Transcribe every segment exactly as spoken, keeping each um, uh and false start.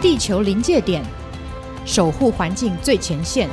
地球临界点，守护环境最前线。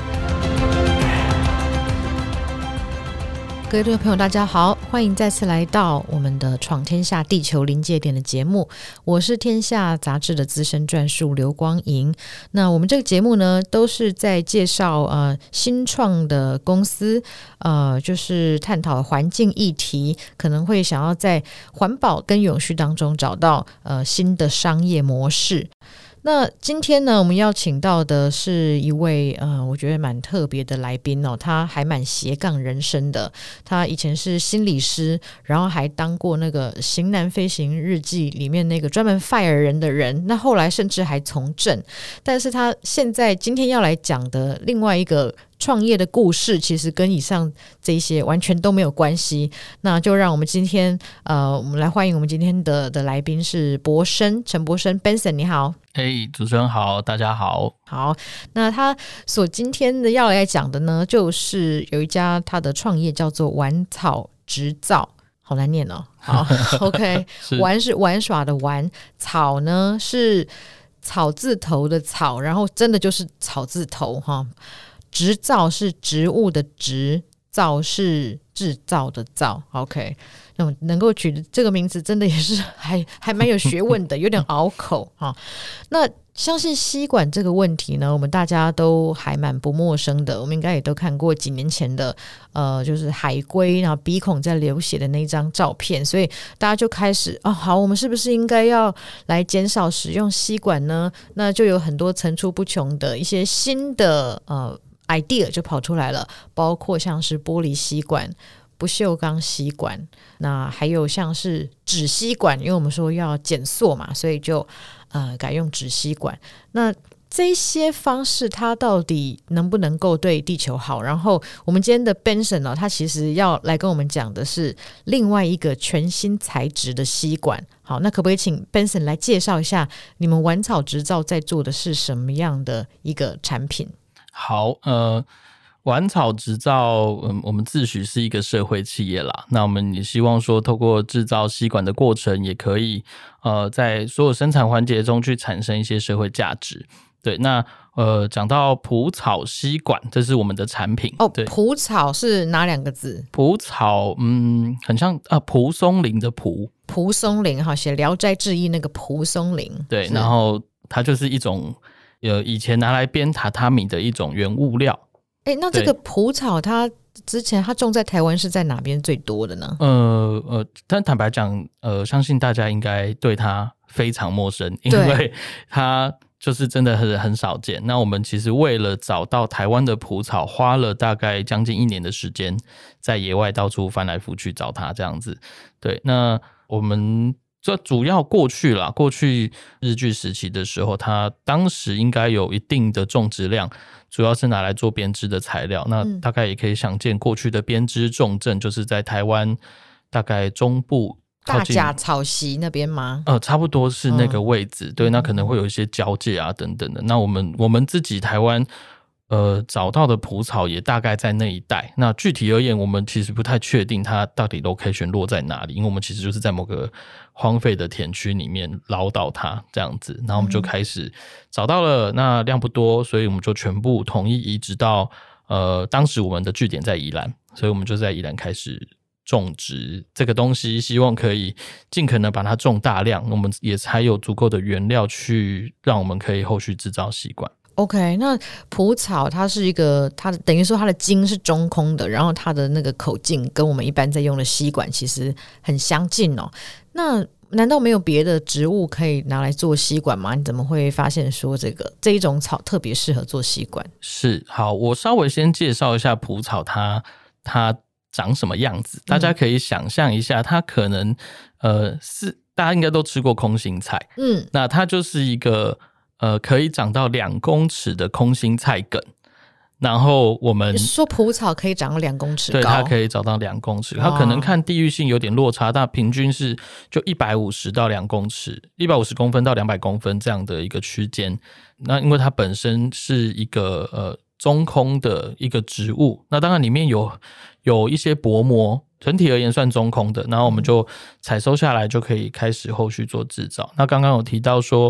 各位听众朋友大家好，欢迎再次来到我们的闯天下地球临界点的节目，我是天下杂志的资深撰述刘光莹。那我们这个节目呢，都是在介绍呃新创的公司，呃就是探讨环境议题，可能会想要在环保跟永续当中找到呃新的商业模式。那今天呢，我们邀请到的是一位呃，我觉得蛮特别的来宾哦，他还蛮斜杠人生的。他以前是心理师，然后还当过那个《型男飞行日记》里面那个专门 fire 人的人，那后来甚至还从政。但是他现在今天要来讲的另外一个创业的故事，其实跟以上这一些完全都没有关系。那就让我们今天呃，我们来欢迎我们今天的的来宾是博生陈博生 Benson， 你好。 嘿、hey, 主持人好，大家好。 好，那他所今天的要来讲的呢，就是有一家他的创业叫做玩草植造，好难念哦。好，OK， 玩是玩耍的玩，草呢是草字头的草，然后真的就是草字头哈。植造是植物的植，造是制造的造 ，OK。那能够取的这个名字真的也是还还蛮有学问的，有点拗口哈。那相信吸管这个问题呢，我们大家都还蛮不陌生的，我们应该也都看过几年前的呃，就是海龟然后鼻孔在流血的那张照片，所以大家就开始哦，好，我们是不是应该要来减少使用吸管呢？那就有很多层出不穷的一些新的呃 idea 就跑出来了，包括像是玻璃吸管、不锈钢吸管，那还有像是纸吸管，因为我们说要减塑嘛，所以就呃改用纸吸管。那这些方式它到底能不能够对地球好？然后我们今天的 Benson 呢、哦，他其实要来跟我们讲的是另外一个全新材质的吸管。好，那可不可以请 Benson 来介绍一下你们玩草植造在做的是什么样的一个产品？ 好，呃。玩草植造、嗯、我们自诩是一个社会企业啦，那我们也希望说透过制造吸管的过程也可以呃，在所有生产环节中去产生一些社会价值。对，那呃，讲到蒲草吸管，这是我们的产品哦。蒲草是哪两个字？ 蒲草嗯，很像啊，蒲松龄的蒲， 蒲松龄哈，写《聊斋志异》那个蒲松龄。 对，然后它就是一种呃以前拿来编榻榻米的一种原物料。 欸、那这个蒲草它之前它种在台湾是在哪边最多的呢？ 呃呃，但坦白讲，呃，相信大家应该对它非常陌生，因为它就是真的很很少见。那我们其实为了找到台湾的蒲草，花了大概将近一年的时间，在野外到处翻来覆去找它这样子。对，那我们这主要过去啦，过去日据时期的时候，它当时应该有一定的种植量。主要是拿来做编织的材料，那大概也可以想见过去的编织重镇就是在台湾大概中部大甲草溪那边吗？ 呃，差不多是那个位置、嗯、对，那可能会有一些交界啊等等的。那我们我们自己台湾呃找到的蒲草也大概在那一带，那具体而言我们其实不太确定它到底 location 落在哪里，因为我们其实就是在某个荒废的田区里面捞到它这样子，然后我们就开始找到了，那量不多，所以我们就全部统一移植到呃当时我们的据点在宜兰，所以我们就在宜兰开始种植这个东西，希望可以尽可能把它种大量，我们也才有足够的原料去让我们可以后续制造吸管。 OK， 那蒲草它是一个，它等于说它的茎是中空的，然后它的那个口径跟我们一般在用的吸管其实很相近哦。那难道没有别的植物可以拿来做吸管吗？你怎么会发现说这个这一种草特别适合做吸管？ 是，好，我稍微先介绍一下蒲草它它长什么样子，大家可以想象一下，它可能呃是大家应该都吃过空心菜，嗯，那它就是一个呃可以长到两公尺的空心菜梗。然后我们说蒲草可以长到两公尺高， 对，它可以长到两公尺，它可能看地域性有点落差，但平均是就一百五十到两公尺，一百五十公分到两百公分这样的一个区间。那因为它本身是一个呃中空的一个植物，那当然里面有有一些薄膜，整体而言算中空的，然后我们就采收下来就可以开始后续做制造。那刚刚有提到说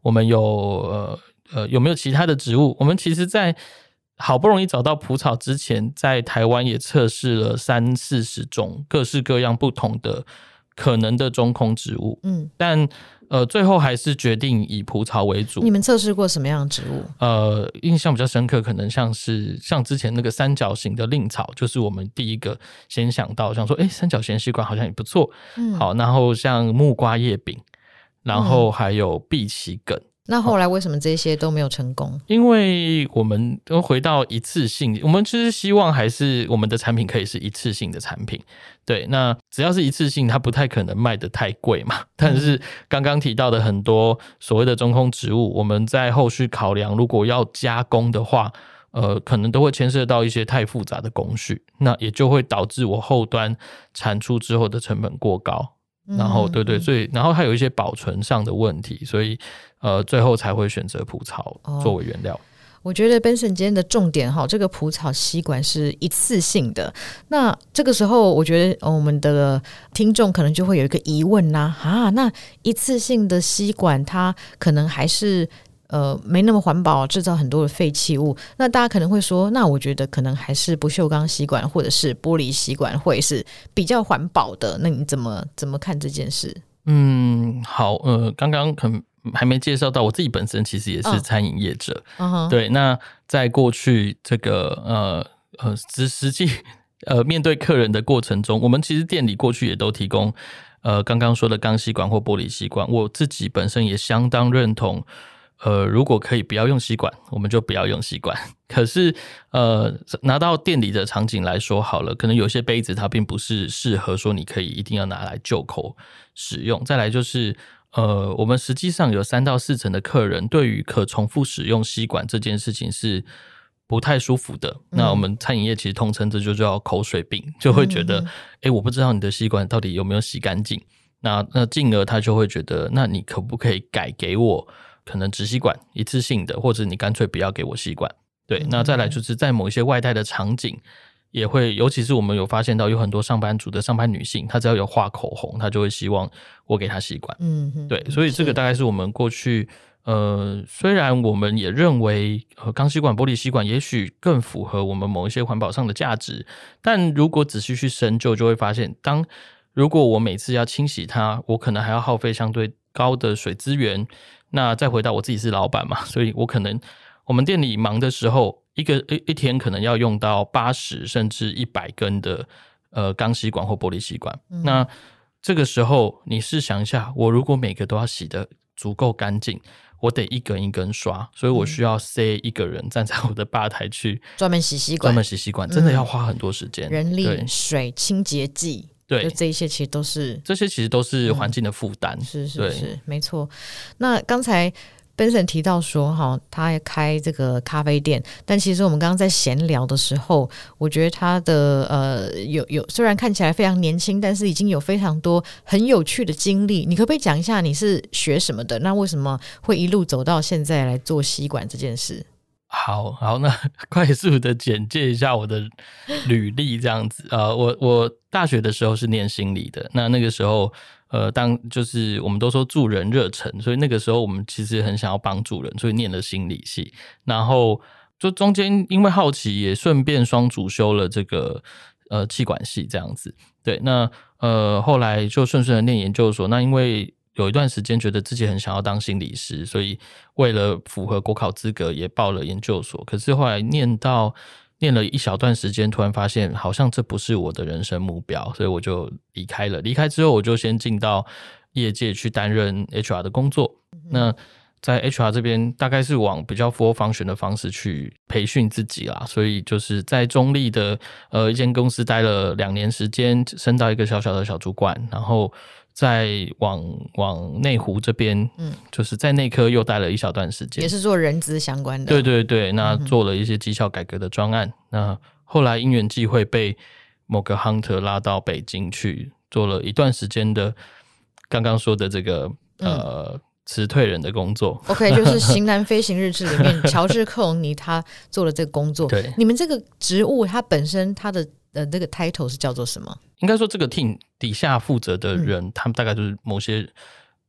我们有呃呃有没有其他的植物？我们其实在好不容易找到蒲草之前，在台湾也测试了三四十种各式各样不同的可能的中空植物，嗯，但呃最后还是决定以蒲草为主。 你们测试过什么样的植物？ 呃，印象比较深刻，可能像是像之前那个三角形的蔺草，就是我们第一个先想到，想说，哎、欸，三角形吸管好像也不错，嗯，好，然后像木瓜叶柄，然后还有碧琪梗。嗯， 那后来为什么这些都没有成功？ 因为我们都回到一次性，我们就是希望还是我们的产品可以是一次性的产品。对，那只要是一次性，它不太可能卖得太贵嘛。但是刚刚提到的很多所谓的中空植物，我们在后续考量，如果要加工的话，呃，可能都会牵涉到一些太复杂的工序，那也就会导致我后端产出之后的成本过高。然后对对，所以然后还有一些保存上的问题，所以呃最后才会选择蒲草作为原料。哦， 我觉得 Benson 今天的重点哈，这个蒲草吸管是一次性的。那这个时候，我觉得我们的听众可能就会有一个疑问啦，啊，那一次性的吸管它可能还是呃没那么环保，制造很多的废弃物。那大家可能会说，那我觉得可能还是不锈钢吸管或者是玻璃吸管会是比较环保的。那你怎么怎么看这件事？ 嗯，好，呃，刚刚可能还没介绍到，我自己本身其实也是餐饮业者，哦，对，那在过去这个呃呃实实际呃面对客人的过程中，我们其实店里过去也都提供呃刚刚说的钢吸管或玻璃吸管，我自己本身也相当认同。呃，如果可以不要用吸管，我们就不要用吸管。可是，呃，拿到店里的场景来说好了，可能有些杯子它并不是适合说你可以一定要拿来就口使用。再来就是，呃，我们实际上有三到四成的客人对于可重复使用吸管这件事情是不太舒服的。嗯，那我们餐饮业其实通称这就叫口水病，就会觉得，哎、嗯欸，我不知道你的吸管到底有没有洗干净。那那进而他就会觉得，那你可不可以改给我？可能直吸管一次性的，或者你干脆不要给我吸管。对，嗯，那再来就是在某一些外带的场景也会，尤其是我们有发现到有很多上班族的上班女性，她只要有画口红，她就会希望我给她吸管。嗯，对，所以这个大概是我们过去呃，虽然我们也认为呃钢吸管、玻璃吸管也许更符合我们某一些环保上的价值，但如果仔细去深究，就会发现，当如果我每次要清洗它，我可能还要耗费相对高的水资源。那再回到我自己是老板嘛，所以我可能我们店里忙的时候，一个一一天可能要用到八十甚至一百根的呃钢吸管或玻璃吸管。嗯，那这个时候你试想一下，我如果每个都要洗得足够干净，我得一根一根刷，所以我需要塞一个人站在我的吧台去专门洗吸管， 专门洗吸管，真的要花很多时间， 嗯，人力、水、清洁剂。对，就这一些其实都是这些其实都是环境的负担，嗯， 是是是，没错。那刚才 Benson 提到说哈，他开这个咖啡店，但其实我们刚刚在闲聊的时候，我觉得他的呃有有虽然看起来非常年轻，但是已经有非常多很有趣的经历。你可不可以讲一下你是学什么的？那为什么会一路走到现在来做吸管这件事？ 好好，那快速的简介一下我的履历这样子。呃，我我大学的时候是念心理的，那那个时候呃，当就是我们都说助人热忱，所以那个时候我们其实很想要帮助人，所以念了心理系，然后就中间因为好奇也顺便双主修了这个呃企管系这样子。对，那呃后来就顺顺的念研究所，那因为有一段时间觉得自己很想要当心理师，所以为了符合国考资格也报了研究所。可是后来念到念了一小段时间，突然发现好像这不是我的人生目标，所以我就离开了。离开之后我就先进到业界去担任 H R 的工作。嗯，那在 H R 这边大概是往比较 full function 的方式去培训自己啦，所以就是在中立的呃一间公司待了两年时间，升到一个小小的小主管，然后再往往内湖这边，嗯，就是在内科又待了一小段时间， 也是做人资相关的。 对对对，那做了一些绩效改革的专案。嗯，那后来因缘际会被某个 hunter 拉到北京去，做了一段时间的刚刚说的这个呃辞退人的工作。 OK， 就是《型男飞行日志》里面乔治克隆尼他做了这个工作。 对， 你们这个职务它本身它的呃这个 title 是叫做什么？ 应该说这个 team 底下负责的人，嗯，他们大概就是某些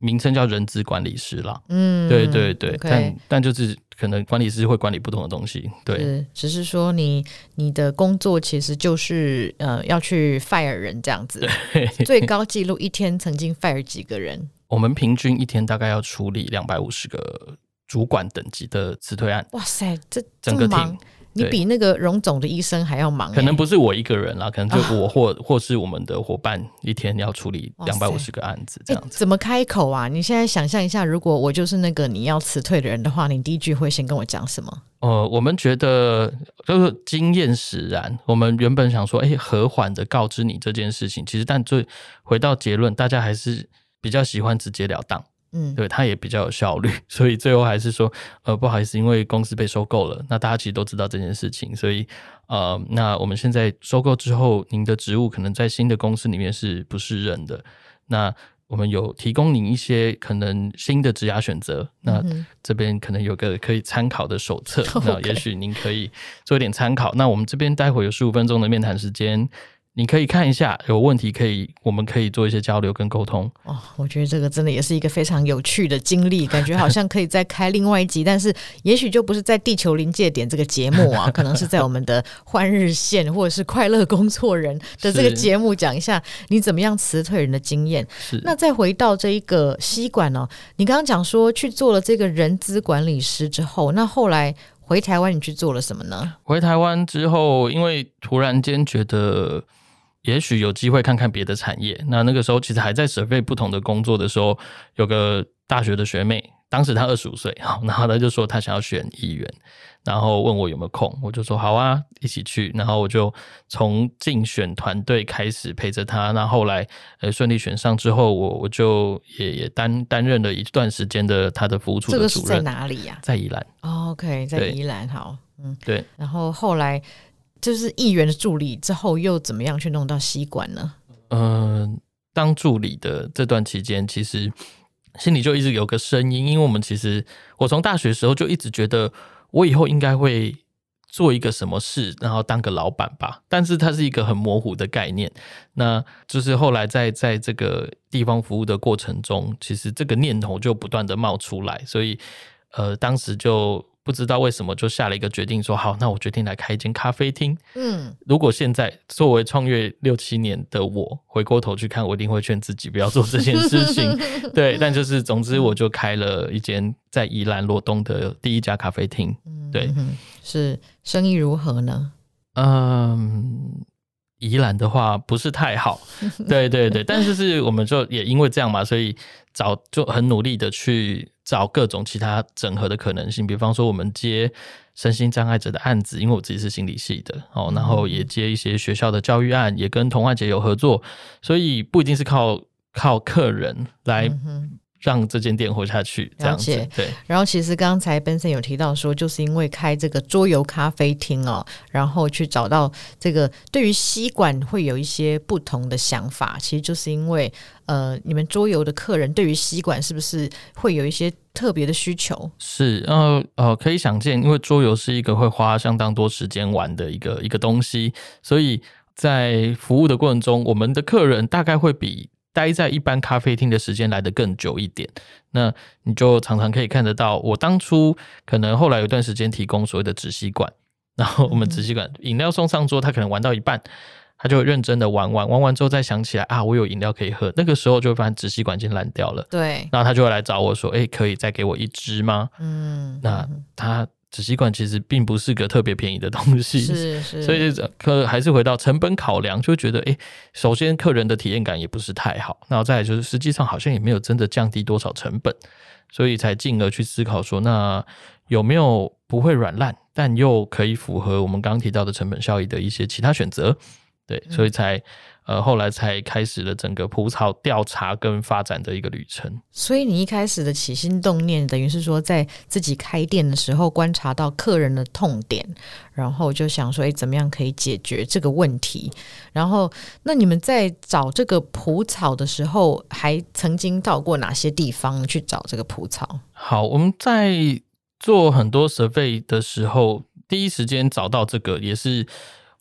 名称叫人资管理师啦。嗯，对对对， okay. 但但就是可能管理师会管理不同的东西。对， 是只是说你你的工作其实就是呃要去 fire 人这样子。最高纪录一天曾经 fire 几个人？ 我们平均一天大概要处理两百五十个主管等级的辞退案。 哇塞，这整个 team，你比那个荣总的医生还要忙。 可能不是我一个人啦，可能就我或、啊、或是我们的伙伴一天要处理两百五十个案子这样子、 欸、怎么开口啊？你现在想象一下，如果我就是那个你要辞退的人的话，你第一句会先跟我讲什么？ 呃，我们觉得就是经验使然，我们原本想说哎、欸，和缓的告知你这件事情，其实但最回到结论，大家还是比较喜欢直截了当。嗯，对，它也比较有效率，所以最后还是说，呃，不好意思，因为公司被收购了，那大家其实都知道这件事情，所以，呃，那我们现在收购之后，您的职务可能在新的公司里面是不适任的，那我们有提供您一些可能新的职涯选择，那这边可能有个可以参考的手册，嗯、那也许您可以做一点参考。那我们这边待会有十五分钟的面谈时间。你可以看一下，有问题可以，我们可以做一些交流跟沟通。 哦，我觉得这个真的也是一个非常有趣的经历，感觉好像可以再开另外一集，但是也许就不是在地球临界点这个节目啊，可能是在我们的换日线或者是快乐工作人的这个节目讲一下你怎么样辞退人的经验。那再回到这一个吸管哦，你刚刚讲说去做了这个人资管理师之后，那后来回台湾你去做了什么呢？ 回台湾之后，因为突然间觉得也许有机会看看别的产业，那那个时候其实还在准备不同的工作的时候，有个大学的学妹，当时她二十五岁，然后她就说她想要选议员，然后问我有没有空，我就说好啊，一起去，然后我就从竞选团队开始陪着她，那后来呃顺利选上之后，我我就也也担担任了一段时间的她的服务处的主任。 这个是在哪里呀、啊？ 在宜兰。 哦 OK， 在宜兰，好，嗯， 对。 然后后来就是议员的助理之后又怎么样去弄到吸管呢？ 嗯、呃，当助理的这段期间，其实心里就一直有个声音，因为我们其实我从大学的时候就一直觉得我以后应该会做一个什么事，然后当个老板吧，但是它是一个很模糊的概念。那就是后来在在这个地方服务的过程中，其实这个念头就不断的冒出来，所以呃，当时就不知道为什么就下了一个决定说好，那我决定来开一间咖啡厅。嗯，如果现在作为创业六七年的我回过头去看，我一定会劝自己不要做这件事情。对，但就是总之我就开了一间在宜兰罗东的第一家咖啡厅。对， 嗯，是生意如何呢？ 嗯，宜兰的话不是太好。对对对，但是是我们就也因为这样嘛，所以找就很努力的去找各种其他整合的可能性，比方说我们接身心障碍者的案子，因为我自己是心理系的、哦、然后也接一些学校的教育案，也跟童话节有合作，所以不一定是靠靠客人来让这间店活下去，这样子。对。 然后其实刚才 Benson 有提到说，就是因为开这个桌游咖啡厅哦，然后去找到这个对于吸管会有一些不同的想法，其实就是因为呃，你们桌游的客人对于吸管是不是会有一些特别的需求？ 是呃呃，可以想见，因为桌游是一个会花相当多时间玩的一个一个东西，所以在服务的过程中，我们的客人大概会比待在一般咖啡厅的时间来得更久一点，那你就常常可以看得到，我当初可能后来有一段时间提供所谓的纸吸管，然后我们纸吸管饮料送上桌，他可能玩到一半，他就会认真的玩玩玩完之后再想起来啊，我有饮料可以喝，那个时候就会发现纸吸管已经烂掉了。 对， 然后他就会来找我说，哎、欸，可以再给我一支吗？嗯，那他纸吸管其实并不是个特别便宜的东西， 是是， 所以可还是回到成本考量，就觉得哎、欸，首先客人的体验感也不是太好，然后再来就是实际上好像也没有真的降低多少成本，所以才进而去思考说，那有没有不会软烂，但又可以符合我们刚刚提到的成本效益的一些其他选择？对，所以才呃后来才开始了整个蒲草调查跟发展的一个旅程。 所以你一开始的起心动念，等于是说在自己开店的时候观察到客人的痛点，然后就想说，哎，怎么样可以解决这个问题？然后，那你们在找这个蒲草的时候，还曾经到过哪些地方去找这个蒲草？ 好，我们在做很多 survey 的时候，第一时间找到这个也是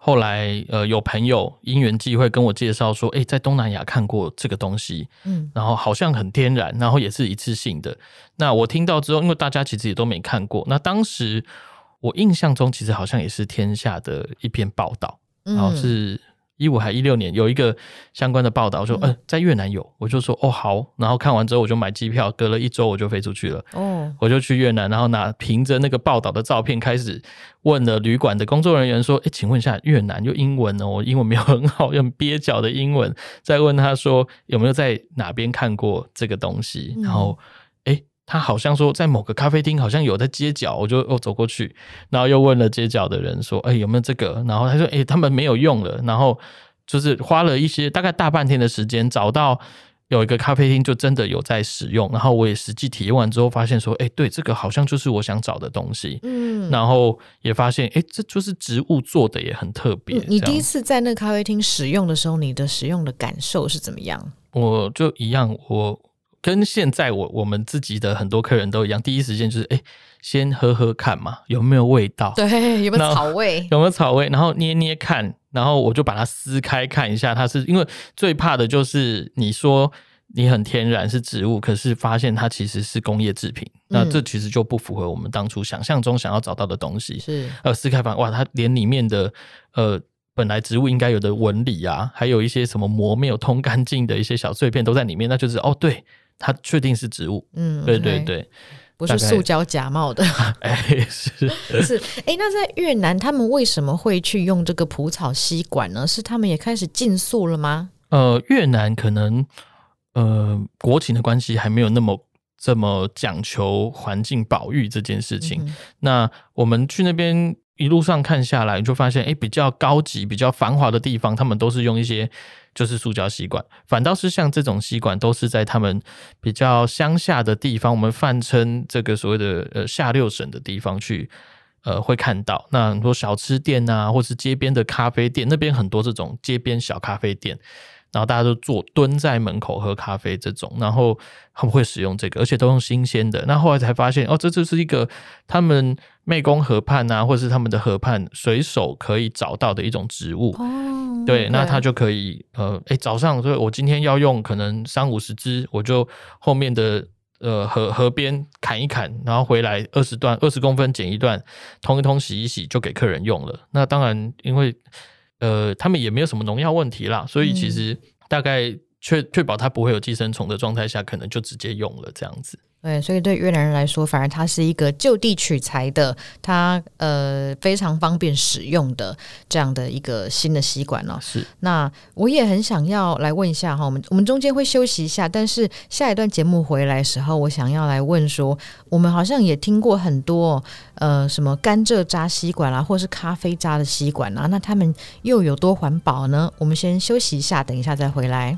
后来呃有朋友因缘际会跟我介绍说，哎，在东南亚看过这个东西，嗯，然后好像很天然，然后也是一次性的。那我听到之后，因为大家其实也都没看过，那当时我印象中其实好像也是天下的一篇报道，然后是一五还一六年有一个相关的报道说，嗯、呃，在越南有，我就说哦好，然后看完之后我就买机票，隔了一周我就飞出去了，哦，我就去越南，然后拿凭着那个报道的照片开始问了旅馆的工作人员说，哎，请问一下越南就英文呢？我英文没有很好，用蹩脚的英文，再问他说有没有在哪边看过这个东西，然后哎。他好像说在某个咖啡厅好像有在街角，我就哦走过去，然后又问了街角的人说，哎有没有这个？然后他说，哎他们没有用了，然后就是花了一些大概大半天的时间找到有一个咖啡厅就真的有在使用，然后我也实际体验完之后发现说，哎对，这个好像就是我想找的东西，嗯，然后也发现，哎这就是植物做的也很特别。 你第一次在那个咖啡厅使用的时候，你的使用的感受是怎么样？ 我就一样，我。跟现在我我们自己的很多客人都一样，第一时间就是哎，先喝喝看嘛，有没有味道？ 对，有没有草味？ 有没有草味？然后捏捏看，然后我就把它撕开看一下，它是因为最怕的就是你说你很天然是植物，可是发现它其实是工业制品，嗯、那这其实就不符合我们当初想象中想要找到的东西。 是呃，撕开发现哇，它连里面的呃。本来植物应该有的纹理啊，还有一些什么膜没有通干净的一些小碎片都在里面，那就是哦，对，它确定是植物，嗯，对对对， 不是塑胶假冒的， 哎，是是，哎，那在越南他们为什么会去用这个蒲草吸管呢？是他们也开始禁塑了吗？ 呃，越南可能呃国情的关系还没有那么这么讲求环境保育这件事情，嗯、那我们去那边。一路上看下来，就发现哎，比较高级、比较繁华的地方，他们都是用一些就是塑胶吸管，反倒是像这种吸管，都是在他们比较乡下的地方，我们泛称这个所谓的呃下六省的地方去呃会看到。那很多小吃店啊，或是街边的咖啡店，那边很多这种街边小咖啡店。然后大家都坐蹲在门口喝咖啡这种，然后他们会使用这个，而且都用新鲜的。那后来才发现，哦，这就是一个他们湄公河畔啊，或是他们的河畔随手可以找到的一种植物。哦，对，那它就可以，呃，哎，早上，所以我今天要用可能三五十支，我就后面的呃河河边砍一砍，然后回来二十段二十公分剪一段，通一通洗一洗，就给客人用了。那当然，因为呃，他们也没有什么农药问题啦，所以其实大概确确保它不会有寄生虫的状态下，可能就直接用了这样子。 对，所以对越南人来说，反而它是一个就地取材的，它呃非常方便使用的这样的一个新的吸管哦。 是。 那我也很想要来问一下哈，我们我们中间会休息一下，但是下一段节目回来的时候，我想要来问说，我们好像也听过很多呃什么甘蔗渣吸管啊，或是咖啡渣的吸管啊，那他们又有多环保呢？我们先休息一下，等一下再回来。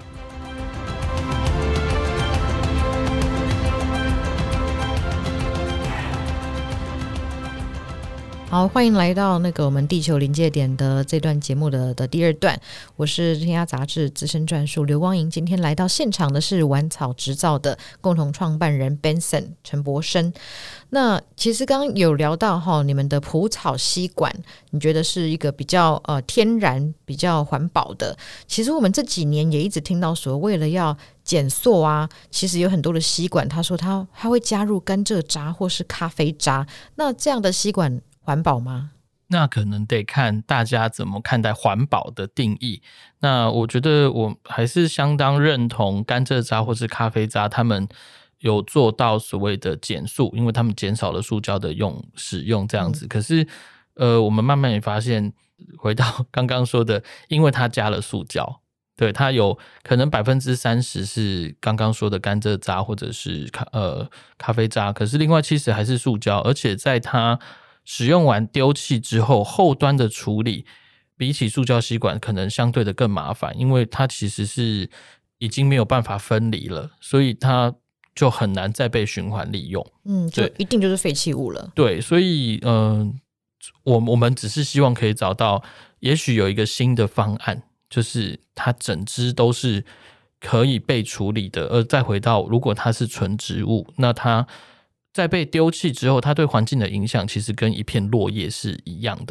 好，欢迎来到那个我们地球临界点的这段节目的的第二段，我是天涯杂志资深撰述刘光莹。今天来到现场的是玩草植造的共同创办人 Benson 陈柏生。那其实刚刚有聊到哈，你们的蒲草吸管，你觉得是一个比较呃天然、比较环保的。其实我们这几年也一直听到说，为了要减塑啊，其实有很多的吸管，他说他他会加入甘蔗渣或是咖啡渣。那这样的吸管环保吗？ 那可能得看大家怎么看待环保的定义。那我觉得我还是相当认同甘蔗渣或是咖啡渣，他们有做到所谓的减塑，因为他们减少了塑胶的用使用这样子。嗯、可是呃，我们慢慢也发现，回到刚刚说的，因为它加了塑胶，对，它有可能百分之三十是刚刚说的甘蔗渣或者是咖呃咖啡渣，可是另外七十还是塑胶，而且在它使用完丢弃之后，后端的处理比起塑胶吸管可能相对的更麻烦，因为它其实是已经没有办法分离了，所以它就很难再被循环利用。 嗯，就一定就是废弃物了。 对，所以嗯、呃，我我们只是希望可以找到，也许有一个新的方案，就是它整支都是可以被处理的，而再回到如果它是纯植物，那它在被丢弃之后，它对环境的影响其实跟一片落叶是一样的。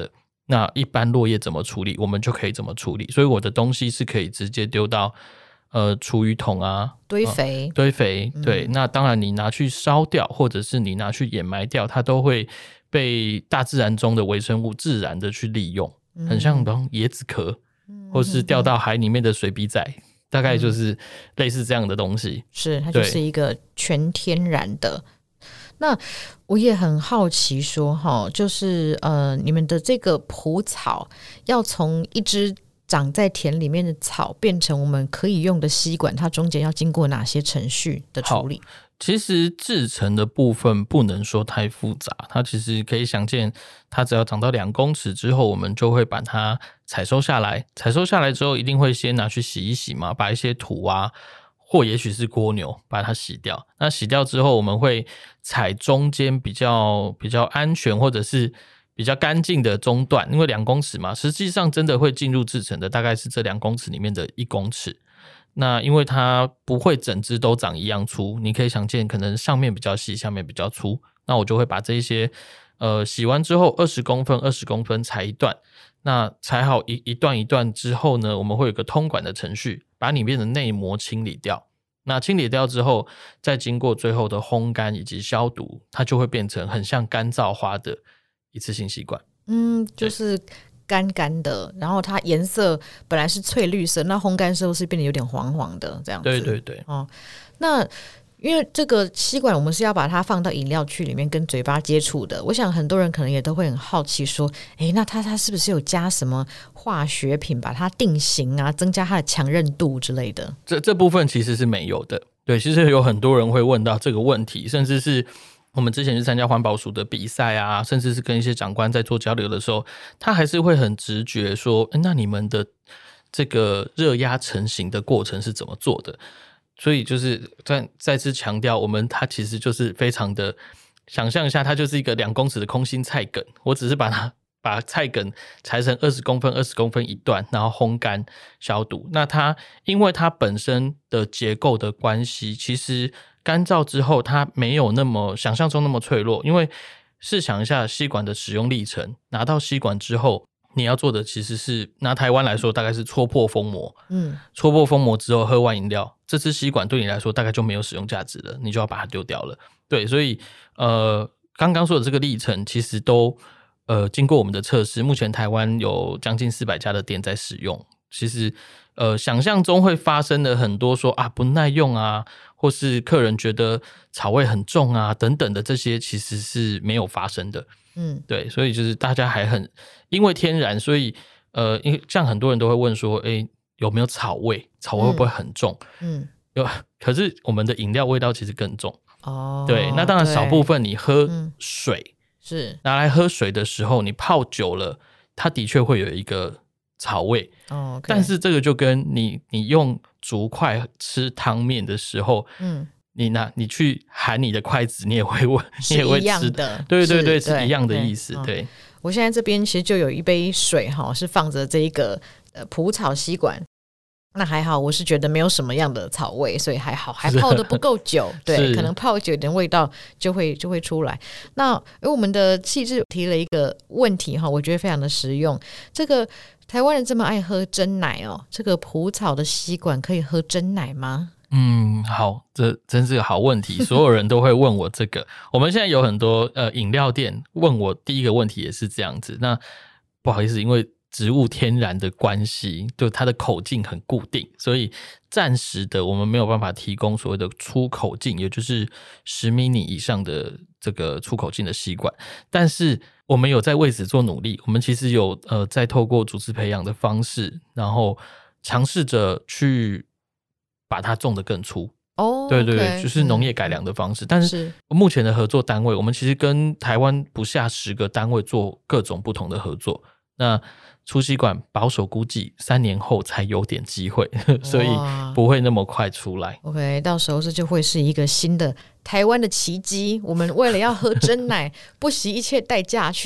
那一般落叶怎么处理，我们就可以怎么处理。所以我的东西是可以直接丢到呃厨余桶啊， 堆肥、 呃、堆肥，对、嗯。那当然你拿去烧掉，或者是你拿去掩埋掉，它都会被大自然中的微生物自然的去利用，嗯、很像椰子壳、嗯，或是掉到海里面的水笔仔。嗯，大概就是类似这样的东西， 是它就是一个全天然的。那我也很好奇说哈，就是呃，你们的这个蒲草要从一只长在田里面的草变成我们可以用的吸管，它中间要经过哪些程序的处理？ 其实制成的部分不能说太复杂，它其实可以想见，它只要长到两公尺之后，我们就会把它采收下来。采收下来之后，一定会先拿去洗一洗嘛，把一些土啊，或也许是蜗牛把它洗掉。那洗掉之后，我们会采中间比较比较安全或者是比较干净的中段，因为两公尺嘛，实际上真的会进入制成的大概是这两公尺里面的一公尺。那因为它不会整只都长一样粗，你可以想见可能上面比较细，下面比较粗，那我就会把这些呃洗完之后二十公分二十公分裁一段。那裁好 一, 一段一段之后呢，我们会有一个通管的程序，把里面的内膜清理掉。那清理掉之后，再经过最后的烘干以及消毒，它就会变成很像干燥花的一次性吸管。 嗯，就是干干的，然后它颜色本来是翠绿色，那烘干之后是变得有点黄黄的这样子。 对对对。 哦，那因为这个吸管我们是要把它放到饮料区里面跟嘴巴接触的，我想很多人可能也都会很好奇说，诶，那它它是不是有加什么化学品把它定型啊，增加它的强韧度之类的？ 这这部分其实是没有的。对，其实有很多人会问到这个问题，甚至是我们之前去参加环保署的比赛啊，甚至是跟一些长官在做交流的时候，他还是会很直觉说，那你们的这个热压成型的过程是怎么做的？所以就是再再次强调，我们它其实就是非常的，想象一下，它就是一个两公尺的空心菜梗，我只是把它把菜梗裁成二十公分二十公分一段，然后烘干消毒。那它因为它本身的结构的关系，其实干燥之后它没有那么想象中那么脆弱。因为试想一下吸管的使用历程，拿到吸管之后，你要做的其实是拿台湾来说大概是戳破封膜，嗯，戳破封膜之后喝完饮料，这支吸管对你来说大概就没有使用价值了，你就要把它丢掉了。对，所以呃刚刚说的这个历程其实都呃经过我们的测试，目前台湾有将近四百家的店在使用。其实呃想象中会发生的很多说啊不耐用啊，或是客人觉得草味很重啊等等的，这些其实是没有发生的。嗯，对，所以就是大家还很因为天然，所以呃，因为像很多人都会问说，哎，有没有草味？草味会不会很重？嗯，有，可是我们的饮料味道其实更重。哦，对，那当然少部分你喝水、嗯、是拿来喝水的时候，你泡久了，它的确会有一个草味。哦， okay，但是这个就跟你你用竹筷吃汤面的时候，嗯。你拿你去含你的筷子，你也会问，你也会吃的，对对对，是一样的意思。对， 对，我现在这边其实就有一杯水哈，是放着这一个呃蒲草吸管。那还好，我是觉得没有什么样的草味，所以还好，还泡得不够久。对，可能泡久一点味道就会就会出来。那因为我们的气质提了一个问题哈，我觉得非常的实用。这个台湾人这么爱喝珍奶哦，这个蒲草的吸管可以喝珍奶吗？ 嗯，好，这真是个好问题，所有人都会问我这个。我们现在有很多呃饮料店问我第一个问题也是这样子。那不好意思，因为植物天然的关系，就它的口径很固定，所以暂时的我们没有办法提供所谓的粗口径，也就是十毫米以上的这个粗口径的吸管。但是我们有在为此做努力，我们其实有呃在透过组织培养的方式，然后尝试着去把它种得更粗。哦，对对对， okay， 就是农业改良的方式。嗯，但是目前的合作单位，我们其实跟台湾不下十个单位做各种不同的合作。那粗吸管保守估计三年后才有点机会，所以不会那么快出来。 OK， 到时候这就会是一个新的台湾的奇迹。我们为了要喝珍奶，不惜一切代价去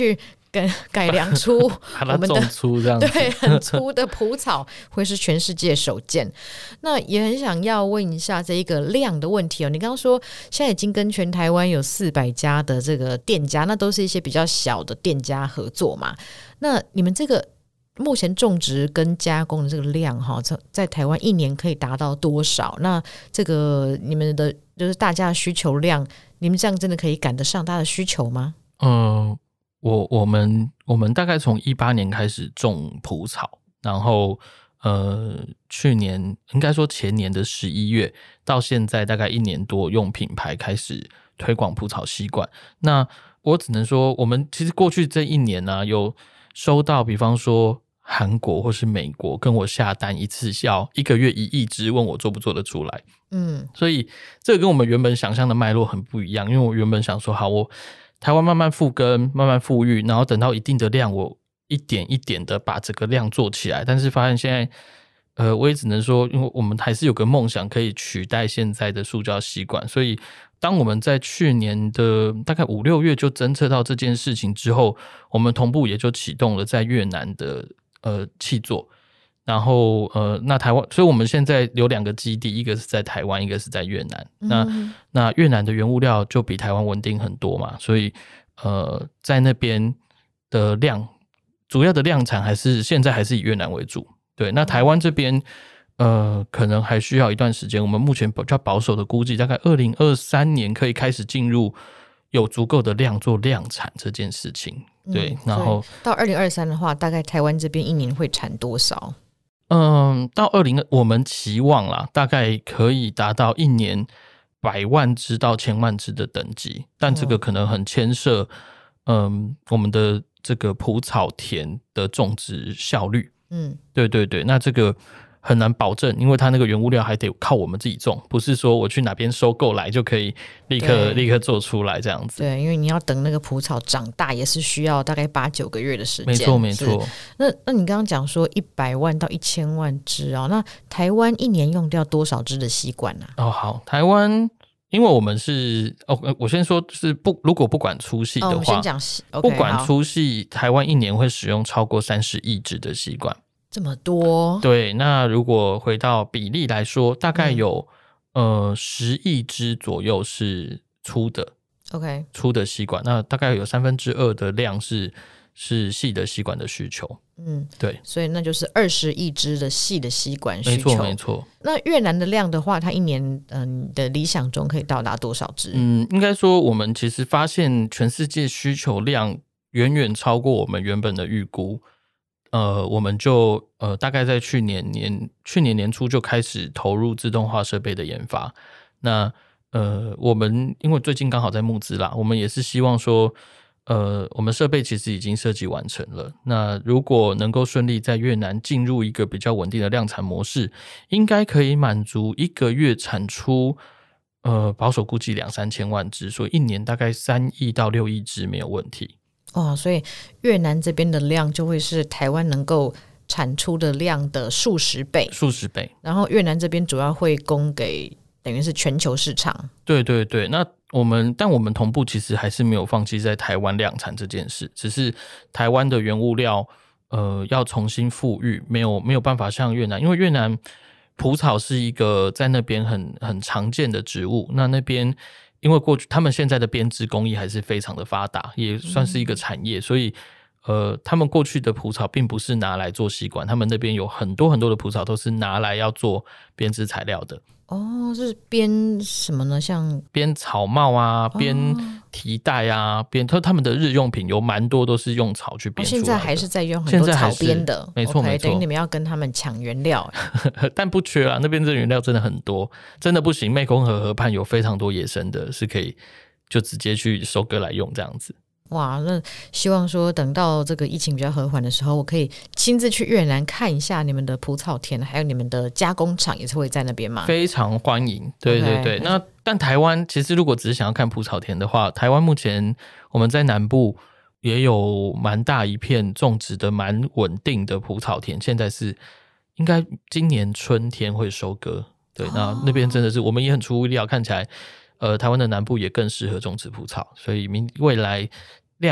改改良出把它种出这样子， 对，很粗的蒲草会是全世界首见。那也很想要问一下这一个量的问题哦。你刚刚说现在已经跟全台湾有四百家的这个店家，那都是一些比较小的店家合作嘛？那你们这个目前种植跟加工的这个量哈，在台湾一年可以达到多少？那这个你们的就是大家的需求量，你们这样真的可以赶得上大家的需求吗？ 嗯。我我们我们大概从一八年开始种蒲草，然后呃去年应该说前年的十一月到现在大概一年多，用品牌开始推广蒲草吸管。那我只能说，我们其实过去这一年呢、啊，有收到比方说韩国或是美国跟我下单一次要一个月一亿支，问我做不做得出来。嗯，所以这个跟我们原本想象的脉络很不一样，因为我原本想说，好，我台湾慢慢复耕，慢慢富裕，然后等到一定的量，我一点一点的把这个量做起来。但是发现现在，呃，我也只能说，因为我们还是有个梦想可以取代现在的塑胶吸管，所以当我们在去年的大概五六月就侦测到这件事情之后，我们同步也就启动了在越南的呃契作。然后呃，那台湾，所以我们现在有两个基地，一个是在台湾，一个是在越南。嗯、那那越南的原物料就比台湾稳定很多嘛，所以呃，在那边的量，主要的量产还是现在还是以越南为主。对，那台湾这边呃，可能还需要一段时间。我们目前比较保守的估计，大概二零二三年可以开始进入有足够的量做量产这件事情。对，嗯、然后到二零二三的话，大概台湾这边一年会产多少？ 嗯，到二零我们期望啦，大概可以达到一年百万支到千万支的等级，但这个可能很牵涉，嗯，我们的这个蒲草田的种植效率。嗯，对对对，那这个很难保证，因为它那个原物料还得靠我们自己种，不是说我去哪边收购来就可以立刻立刻做出来这样子。 对，因为你要等那个蒲草长大，也是需要大概八九个月的时间。 没错没错。 那那你刚刚讲说一百万到一千万支啊、哦，那台湾一年用掉多少支的吸管啊？ 哦，好，台湾。因为我们是哦，我先说是不，如果不管粗细的话，哦、 我们先讲细、okay, 不管粗细，台湾一年会使用超过三十亿支的吸管， 这么多。 对，那如果回到比例来说，大概有、嗯、呃十亿支左右是粗的 ，OK， 粗的吸管，那大概有三分之二的量是是细的吸管的需求。嗯，对， 所以那就是二十亿支的细的吸管需求， 没错没错。 那越南的量的话，它一年嗯、呃、的理想中可以到达多少支？ 嗯，应该说我们其实发现全世界需求量远远超过我们原本的预估，呃，我们就呃大概在去年年去年年初就开始投入自动化设备的研发。那呃，我们因为最近刚好在募资啦，我们也是希望说。呃，我们设备其实已经设计完成了。那如果能够顺利在越南进入一个比较稳定的量产模式，应该可以满足一个月产出，呃，保守估计两三千万支，所以一年大概三亿到六亿支没有问题。 哦，所以越南这边的量就会是台湾能够产出的量的数十倍， 数十倍。 然后越南这边主要会供给等于是全球市场。 对对对，那。我们但我们同步其实还是没有放弃在台湾量产这件事，只是台湾的原物料呃要重新富裕，没有没有办法像越南，因为越南蒲草是一个在那边很很常见的植物，那那边因为过去他们现在的编织工艺还是非常的发达，也算是一个产业，嗯、所以呃他们过去的蒲草并不是拿来做吸管，他们那边有很多很多的蒲草都是拿来要做编织材料的。 哦，是编什么呢？像编草帽啊，编提袋啊，编他们的日用品有蛮多都是用草去编出来的。 哦、现在还是在用很多草编的， 没错、okay, 没错。 等于你们要跟他们抢原料， 但不缺啊，那边的原料真的很多，真的不行。湄公河河畔有非常多野生的，是可以就直接去收割来用这样子。 哇，那希望说等到这个疫情比较和缓的时候，我可以亲自去越南看一下你们的蒲草田，还有你们的加工厂也是会在那边吗？ 非常欢迎，对对对。Okay, 那但台湾其实如果只是想要看蒲草田的话，台湾目前我们在南部也有蛮大一片种植的蛮稳定的蒲草田，现在是应该今年春天会收割。对，哦、那那边真的是我们也很出乎意料，看起来呃台湾的南部也更适合种植蒲草，所以明未来量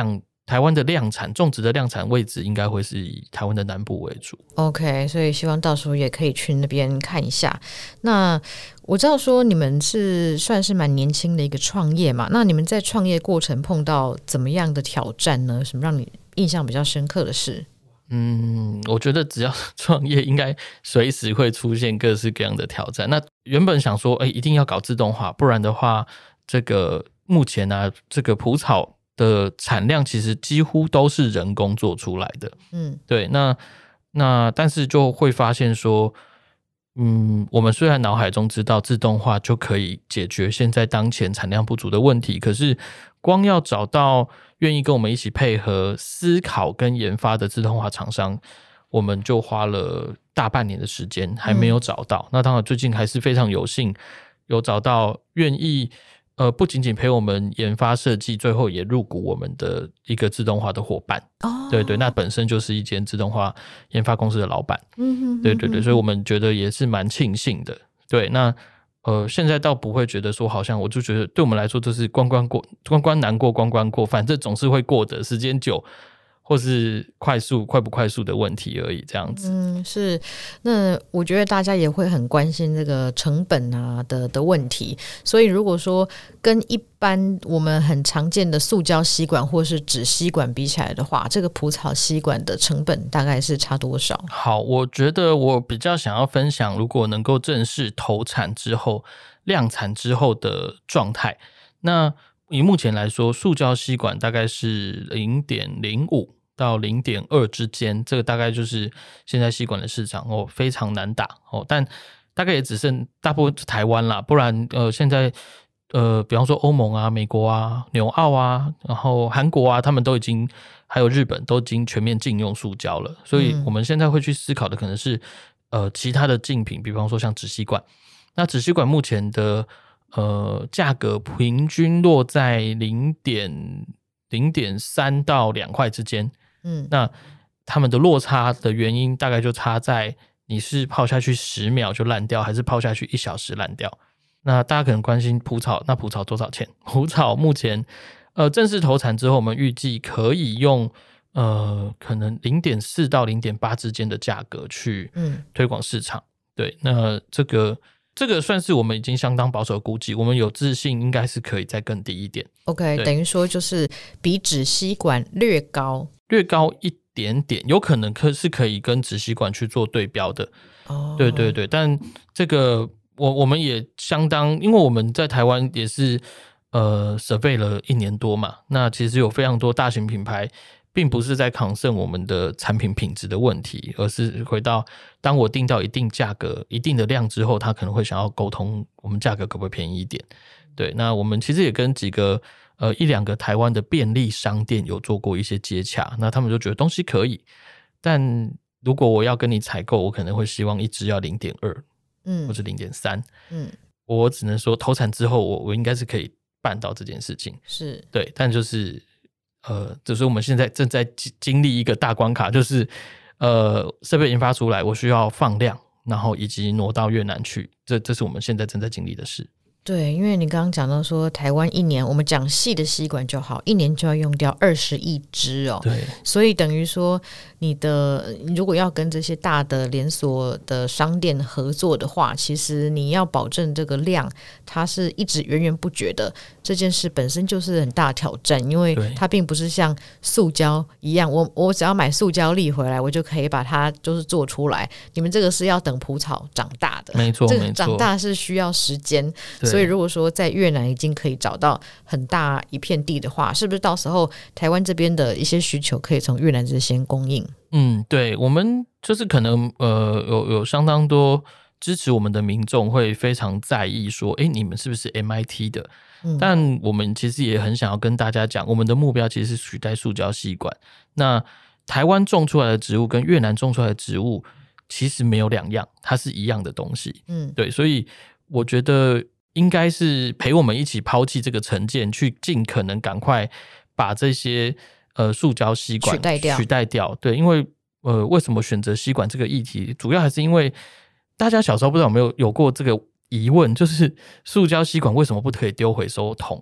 台湾的量产种植的量产位置应该会是以台湾的南部为主。 OK， 所以希望到时候也可以去那边看一下。那我知道说你们是算是蛮年轻的一个创业嘛，那你们在创业过程碰到怎么样的挑战呢？什么让你印象比较深刻的事？ 嗯，我觉得只要创业应该随时会出现各式各样的挑战。那原本想说哎、欸，一定要搞自动化，不然的话这个目前啊这个蒲草的产量其实几乎都是人工做出来的。嗯，对，那那但是就会发现说嗯，我们虽然脑海中知道自动化就可以解决现在当前产量不足的问题，可是光要找到愿意跟我们一起配合思考跟研发的自动化厂商，我们就花了大半年的时间还没有找到。嗯、那当然最近还是非常有幸有找到愿意呃不仅仅陪我们研发设计，最后也入股我们的一个自动化的伙伴。哦，对对，那本身就是一间自动化研发公司的老板。嗯哼，对对对，所以我们觉得也是蛮庆幸的。对，那呃，现在倒不会觉得说，好像我就觉得对我们来说，就是关关过，关关难过关关过，反正总是会过的，时间久或是快速快不快速的问题而已，这样子。 嗯，是。那我觉得大家也会很关心这个成本啊的的问题，所以如果说跟一般我们很常见的塑胶吸管或是纸吸管比起来的话，这个蒲草吸管的成本大概是差多少？ 好，我觉得我比较想要分享，如果能够正式投产之后、量产之后的状态。那以目前来说，塑胶吸管大概是 零点零五到 零点二 之间，这个大概就是现在吸管的市场哦，非常难打哦。但大概也只剩大部分台湾啦，不然呃，现在呃，比方说欧盟啊、美国啊、纽澳啊，然后韩国啊，他们都已经还有日本都已经全面禁用塑胶了。所以我们现在会去思考的可能是呃其他的竞品，比方说像纸吸管。那纸吸管目前的呃价格平均落在零点零点三到两块之间。嗯，那他们的落差的原因大概就差在你是泡下去十秒就烂掉，还是泡下去一小时烂掉。那大家可能关心蒲草，那蒲草多少钱？蒲草目前呃正式投产之后，我们预计可以用呃可能 零点四 到 零点八 之间的价格去推广市场。嗯、对，那这个这个算是我们已经相当保守的估计，我们有自信应该是可以再更低一点。 OK， 等于说就是比纸吸管略高， 略高一点点，有可能可是可以跟纸吸管去做对标的。哦，对对对，但这个。我我们也相当，因为我们在台湾也是呃 survey 了一年多嘛，那其实有非常多大型品牌并不是在concern我们的产品品质的问题，而是回到当我定到一定价格一定的量之后，他可能会想要沟通我们价格可不可以便宜一点。对，那我们其实也跟几个呃一两个台湾的便利商店有做过一些接洽，那他们就觉得东西可以，但如果我要跟你采购，我可能会希望一支要 零点二嗯，或者 零点三，嗯，我只能说投产之后我我应该是可以办到这件事情， 是对，但就是呃，就是我们现在正在经历一个大关卡，就是呃，设备研发出来，我需要放量，然后以及挪到越南去，这这是我们现在正在经历的事。 对，因为你刚刚讲到说台湾一年我们讲细的吸管就好，一年就要用掉二十亿支哦。 对， 所以等于说你的如果要跟这些大的连锁的商店合作的话，其实你要保证这个量它是一直源源不绝的，这件事本身就是很大的挑战，因为它并不是像塑胶一样，我我只要买塑胶粒回来我就可以把它就是做出来，你们这个是要等蒲草长大的， 没错， 这个长大是需要时间，所以如果说在越南已经可以找到很大一片地的话，是不是到时候台湾这边的一些需求可以从越南这先供应？ 嗯，对，我们就是可能呃有有相当多支持我们的民众会非常在意说，哎，你们是不是 M I T 的？嗯、但我们其实也很想要跟大家讲，我们的目标其实是取代塑胶吸管。那台湾种出来的植物跟越南种出来的植物其实没有两样，它是一样的东西。嗯，对，所以我觉得应该是陪我们一起抛弃这个成见，去尽可能赶快把这些呃塑胶吸管取代掉。 取代掉。对，因为呃为什么选择吸管这个议题，主要还是因为大家小时候不知道有没有有过这个疑问，就是塑胶吸管为什么不可以丢回收桶？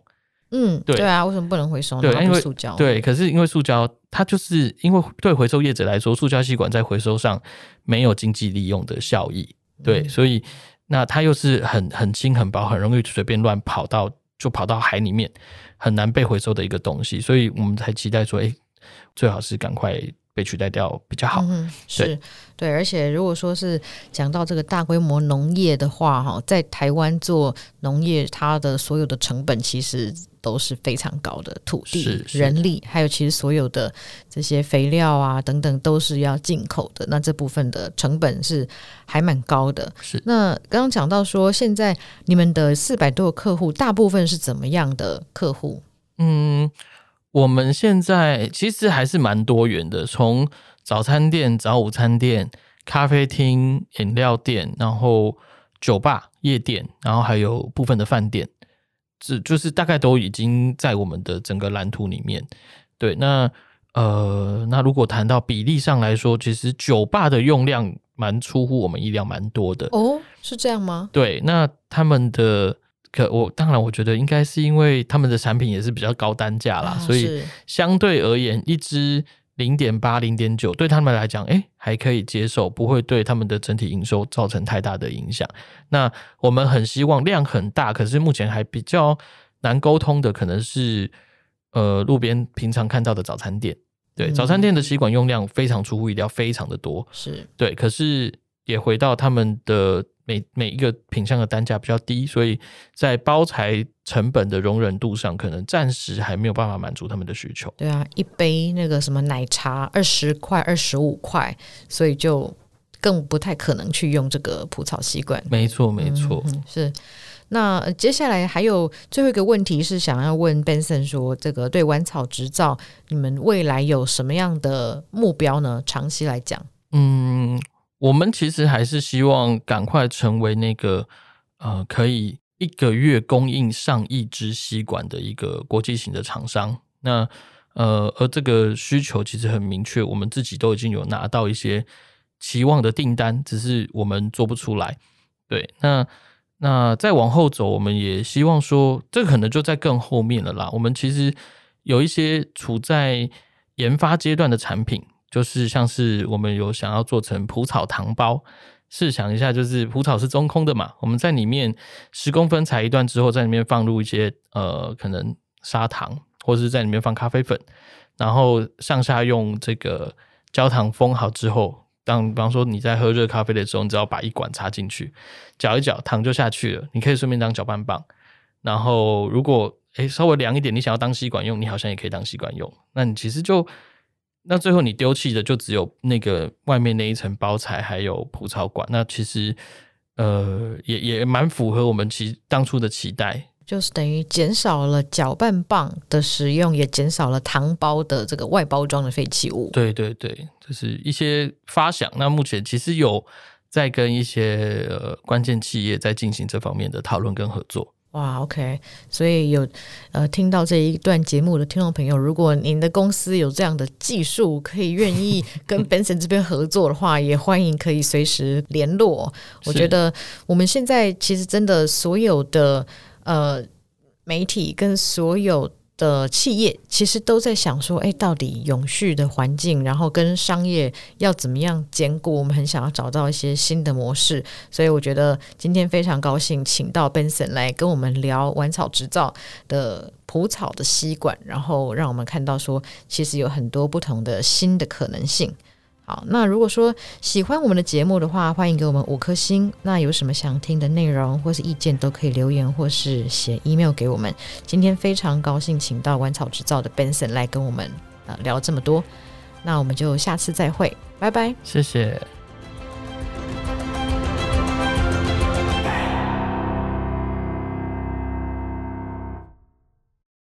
嗯，对对啊，为什么不能回收呢？ 对，因为塑胶， 对，可是因为塑胶，它就是因为对回收业者来说，塑胶吸管在回收上没有经济利用的效益，对，嗯、所以那它又是很很轻很薄，很容易随便乱跑到就跑到海里面，很难被回收的一个东西，所以我们才期待说，哎，最好是赶快被取代掉比较好。 嗯，是 对, 对，而且如果说是讲到这个大规模农业的话，在台湾做农业，它的所有的成本其实都是非常高的，土地、人力，还有其实所有的这些肥料啊等等都是要进口的，那这部分的成本是还蛮高的。 是。 那刚刚讲到说，现在你们的四百多个客户，大部分是怎么样的客户？ 嗯，我们现在其实还是蛮多元的，从早餐店、早午餐店、咖啡厅、饮料店，然后酒吧、夜店，然后还有部分的饭店，这就是大概都已经在我们的整个蓝图里面。对，那呃，那如果谈到比例上来说，其实酒吧的用量蛮出乎我们意料，蛮多的。 哦，是这样吗？ 对，那他们的。可我当然我觉得应该是因为他们的产品也是比较高单价啦、啊、所以相对而言一支 零点八 零点九 对他们来讲诶还可以接受，不会对他们的整体营收造成太大的影响。那我们很希望量很大，可是目前还比较难沟通的可能是呃路边平常看到的早餐店。对、嗯、早餐店的吸管用量非常出乎意料，非常的多， 是对，可是也回到他们的每每一个品项的单价比较低，所以在包材成本的容忍度上，可能暂时还没有办法满足他们的需求。 对啊，一杯那个什么奶茶二十块、二十五块，所以就更不太可能去用这个蒲草吸管。 没错，没错、 嗯，是。那接下来还有最后一个问题是想要问 Benson 说，这个对晚草植造，你们未来有什么样的目标呢？长期来讲， 嗯。我们其实还是希望赶快成为那个呃可以一个月供应上亿支吸管的一个国际型的厂商。那呃而这个需求其实很明确，我们自己都已经有拿到一些期望的订单，只是我们做不出来。对，那那再往后走，我们也希望说，这可能就在更后面了啦。我们其实有一些处在研发阶段的产品。就是像是我们有想要做成蒲草糖包，试想一下，就是蒲草是中空的嘛，我们在里面十公分裁一段之后，在里面放入一些呃可能砂糖，或者是在里面放咖啡粉，然后上下用这个焦糖封好之后，当比方说你在喝热咖啡的时候，你只要把一管插进去，搅一搅，糖就下去了，你可以顺便当搅拌棒。然后如果诶稍微凉一点，你想要当吸管用，你好像也可以当吸管用。那你其实就那最后你丢弃的就只有那个外面那一层包材还有蒲草管，那其实呃也也蛮符合我们其当初的期待， 就是等于减少了搅拌棒的使用，也减少了糖包的这个外包装的废弃物。 对对对，就是一些发想。那目前其实有在跟一些呃关键企业在进行这方面的讨论跟合作。 哇 OK， 所以有呃听到这一段节目的听众朋友，如果您的公司有这样的技术可以愿意跟 Benson 这边合作的话，也欢迎可以随时联络。我觉得我们现在其实真的所有的呃媒体跟所有的企业其实都在想说，哎，到底永续的环境然后跟商业要怎么样兼顾，我们很想要找到一些新的模式。所以我觉得今天非常高兴请到 Benson 来跟我们聊晚草植造的蒲草的吸管，然后让我们看到说其实有很多不同的新的可能性。好，那如果说喜欢我们的节目的话，欢迎给我们五颗星。那有什么想听的内容或是意见，都可以留言或是写 email 给我们。今天非常高兴请到晚草植造的 Benson 来跟我们、呃、聊这么多，那我们就下次再会，拜拜， 谢谢。